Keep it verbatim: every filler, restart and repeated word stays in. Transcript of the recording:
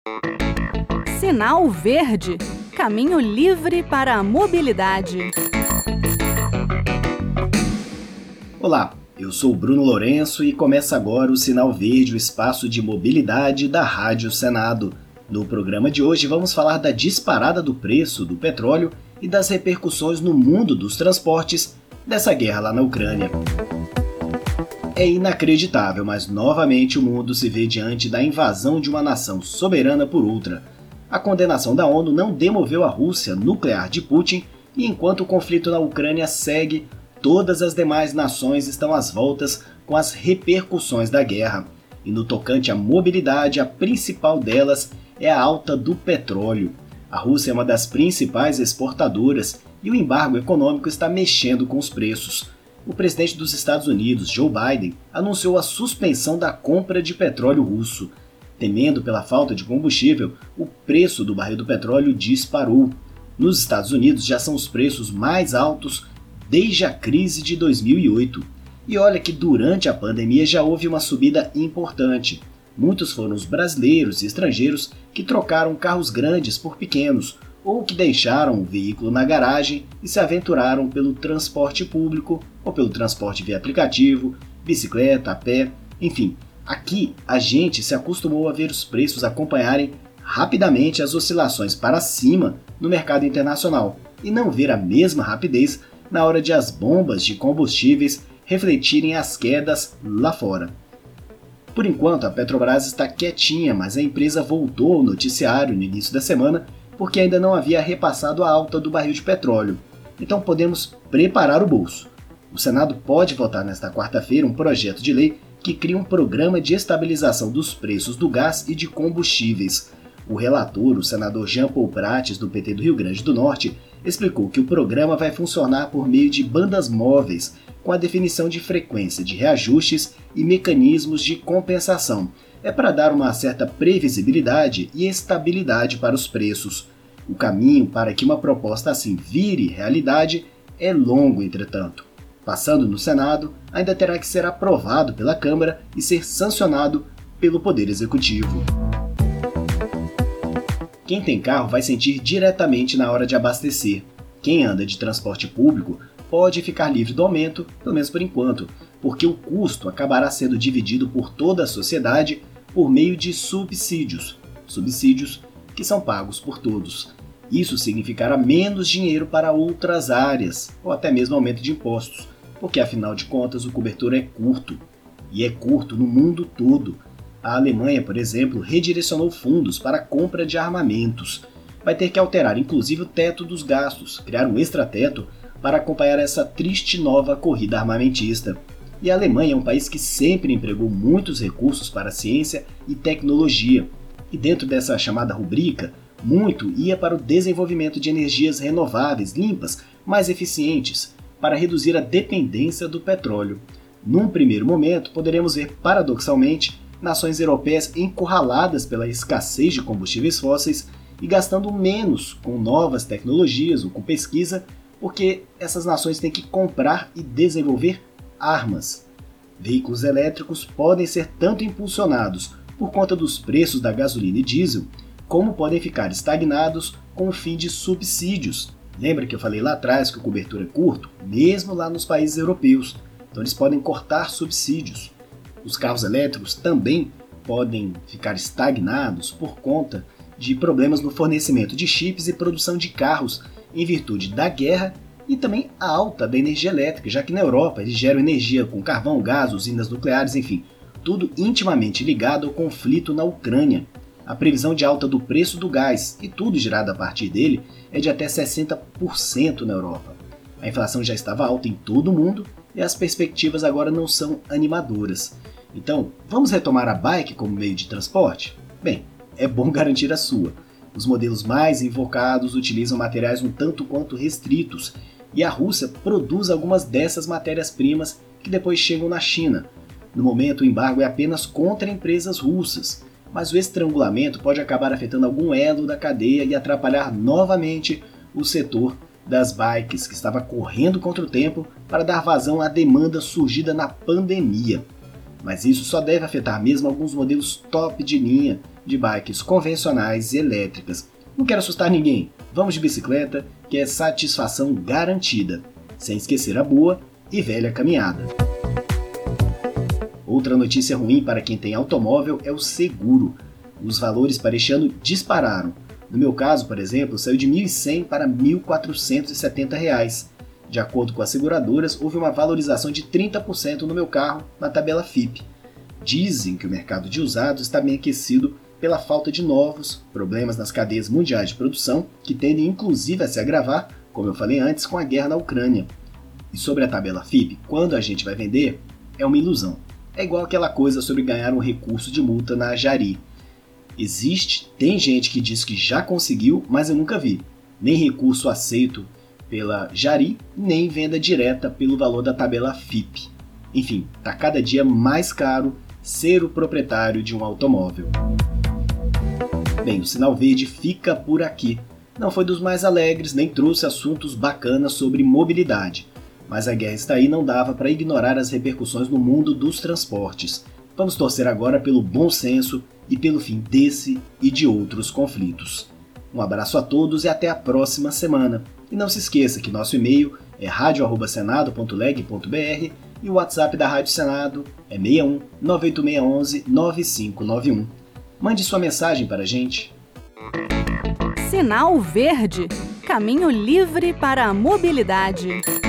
Sinal Verde, caminho livre para a mobilidade. Olá, eu sou o Bruno Lourenço e começa agora o Sinal Verde, o espaço de mobilidade da Rádio Senado. No programa de hoje vamos falar da disparada do preço do petróleo e das repercussões no mundo dos transportes dessa guerra lá na Ucrânia. É inacreditável, mas novamente o mundo se vê diante da invasão de uma nação soberana por outra. A condenação da ONU não demoveu a Rússia nuclear de Putin e enquanto o conflito na Ucrânia segue, todas as demais nações estão às voltas com as repercussões da guerra. E no tocante à mobilidade, a principal delas é a alta do petróleo. A Rússia é uma das principais exportadoras e o embargo econômico está mexendo com os preços. O presidente dos Estados Unidos, Joe Biden, anunciou a suspensão da compra de petróleo russo. Temendo pela falta de combustível, o preço do barril do petróleo disparou. Nos Estados Unidos já são os preços mais altos desde a crise de dois mil e oito. E olha que durante a pandemia já houve uma subida importante. Muitos foram os brasileiros e estrangeiros que trocaram carros grandes por pequenos, ou que deixaram o veículo na garagem e se aventuraram pelo transporte público ou pelo transporte via aplicativo, bicicleta, a pé, enfim. Aqui, a gente se acostumou a ver os preços acompanharem rapidamente as oscilações para cima no mercado internacional e não ver a mesma rapidez na hora de as bombas de combustíveis refletirem as quedas lá fora. Por enquanto, a Petrobras está quietinha, mas a empresa voltou ao noticiário no início da semana porque ainda não havia repassado a alta do barril de petróleo. Então podemos preparar o bolso. O Senado pode votar nesta quarta-feira um projeto de lei que cria um programa de estabilização dos preços do gás e de combustíveis. O relator, o senador Jean Paul Prates, do P T do Rio Grande do Norte, explicou que o programa vai funcionar por meio de bandas móveis, com a definição de frequência de reajustes e mecanismos de compensação. É para dar uma certa previsibilidade e estabilidade para os preços. O caminho para que uma proposta assim vire realidade é longo, entretanto. Passando no Senado, ainda terá que ser aprovado pela Câmara e ser sancionado pelo Poder Executivo. Quem tem carro vai sentir diretamente na hora de abastecer. Quem anda de transporte público pode ficar livre do aumento, pelo menos por enquanto, porque o custo acabará sendo dividido por toda a sociedade por meio de subsídios, subsídios que são pagos por todos. Isso significará menos dinheiro para outras áreas, ou até mesmo aumento de impostos, porque afinal de contas o cobertor é curto, e é curto no mundo todo. A Alemanha, por exemplo, redirecionou fundos para a compra de armamentos. Vai ter que alterar inclusive o teto dos gastos, criar um extrateto para acompanhar essa triste nova corrida armamentista. E a Alemanha é um país que sempre empregou muitos recursos para a ciência e tecnologia. E dentro dessa chamada rubrica, muito ia para o desenvolvimento de energias renováveis, limpas, mais eficientes, para reduzir a dependência do petróleo. Num primeiro momento, poderemos ver, paradoxalmente, nações europeias encurraladas pela escassez de combustíveis fósseis e gastando menos com novas tecnologias ou com pesquisa, porque essas nações têm que comprar e desenvolver armas. Veículos elétricos podem ser tanto impulsionados por conta dos preços da gasolina e diesel, como podem ficar estagnados com o fim de subsídios. Lembra que eu falei lá atrás que o cobertor é curto? Mesmo lá nos países europeus. Então eles podem cortar subsídios. Os carros elétricos também podem ficar estagnados por conta de problemas no fornecimento de chips e produção de carros em virtude da guerra e também a alta da energia elétrica, já que na Europa eles geram energia com carvão, gás, usinas nucleares, enfim, tudo intimamente ligado ao conflito na Ucrânia. A previsão de alta do preço do gás e tudo gerado a partir dele é de até sessenta por cento na Europa. A inflação já estava alta em todo o mundo e as perspectivas agora não são animadoras. Então, vamos retomar a bike como meio de transporte? Bem, é bom garantir a sua. Os modelos mais invocados utilizam materiais um tanto quanto restritos e a Rússia produz algumas dessas matérias-primas que depois chegam na China. No momento, o embargo é apenas contra empresas russas, mas o estrangulamento pode acabar afetando algum elo da cadeia e atrapalhar novamente o setor das bikes, que estava correndo contra o tempo para dar vazão à demanda surgida na pandemia. Mas isso só deve afetar mesmo alguns modelos top de linha de bikes convencionais e elétricas. Não quero assustar ninguém, vamos de bicicleta, que é satisfação garantida, sem esquecer a boa e velha caminhada. Outra notícia ruim para quem tem automóvel é o seguro. Os valores para este ano dispararam. No meu caso, por exemplo, saiu de mil e cem para mil quatrocentos e setenta reais. De acordo com as seguradoras, houve uma valorização de trinta por cento no meu carro na tabela F I P. Dizem que o mercado de usados está bem aquecido pela falta de novos, problemas nas cadeias mundiais de produção, que tendem inclusive a se agravar, como eu falei antes, com a guerra na Ucrânia. E sobre a tabela F I P, quando a gente vai vender, é uma ilusão. É igual aquela coisa sobre ganhar um recurso de multa na Jari. Existe, tem gente que diz que já conseguiu, mas eu nunca vi. Nem recurso aceito pela Jari, nem venda direta pelo valor da tabela F I P. Enfim, está cada dia mais caro ser o proprietário de um automóvel. Bem, o Sinal Verde fica por aqui. Não foi dos mais alegres, nem trouxe assuntos bacanas sobre mobilidade. Mas a guerra está aí e não dava para ignorar as repercussões no mundo dos transportes. Vamos torcer agora pelo bom senso e pelo fim desse e de outros conflitos. Um abraço a todos e até a próxima semana. E não se esqueça que nosso e-mail é radio arroba senado ponto leg ponto br e o WhatsApp da Rádio Senado é seis um nove oito seis um um nove cinco nove um. Mande sua mensagem para a gente. Sinal Verde, caminho livre para a mobilidade.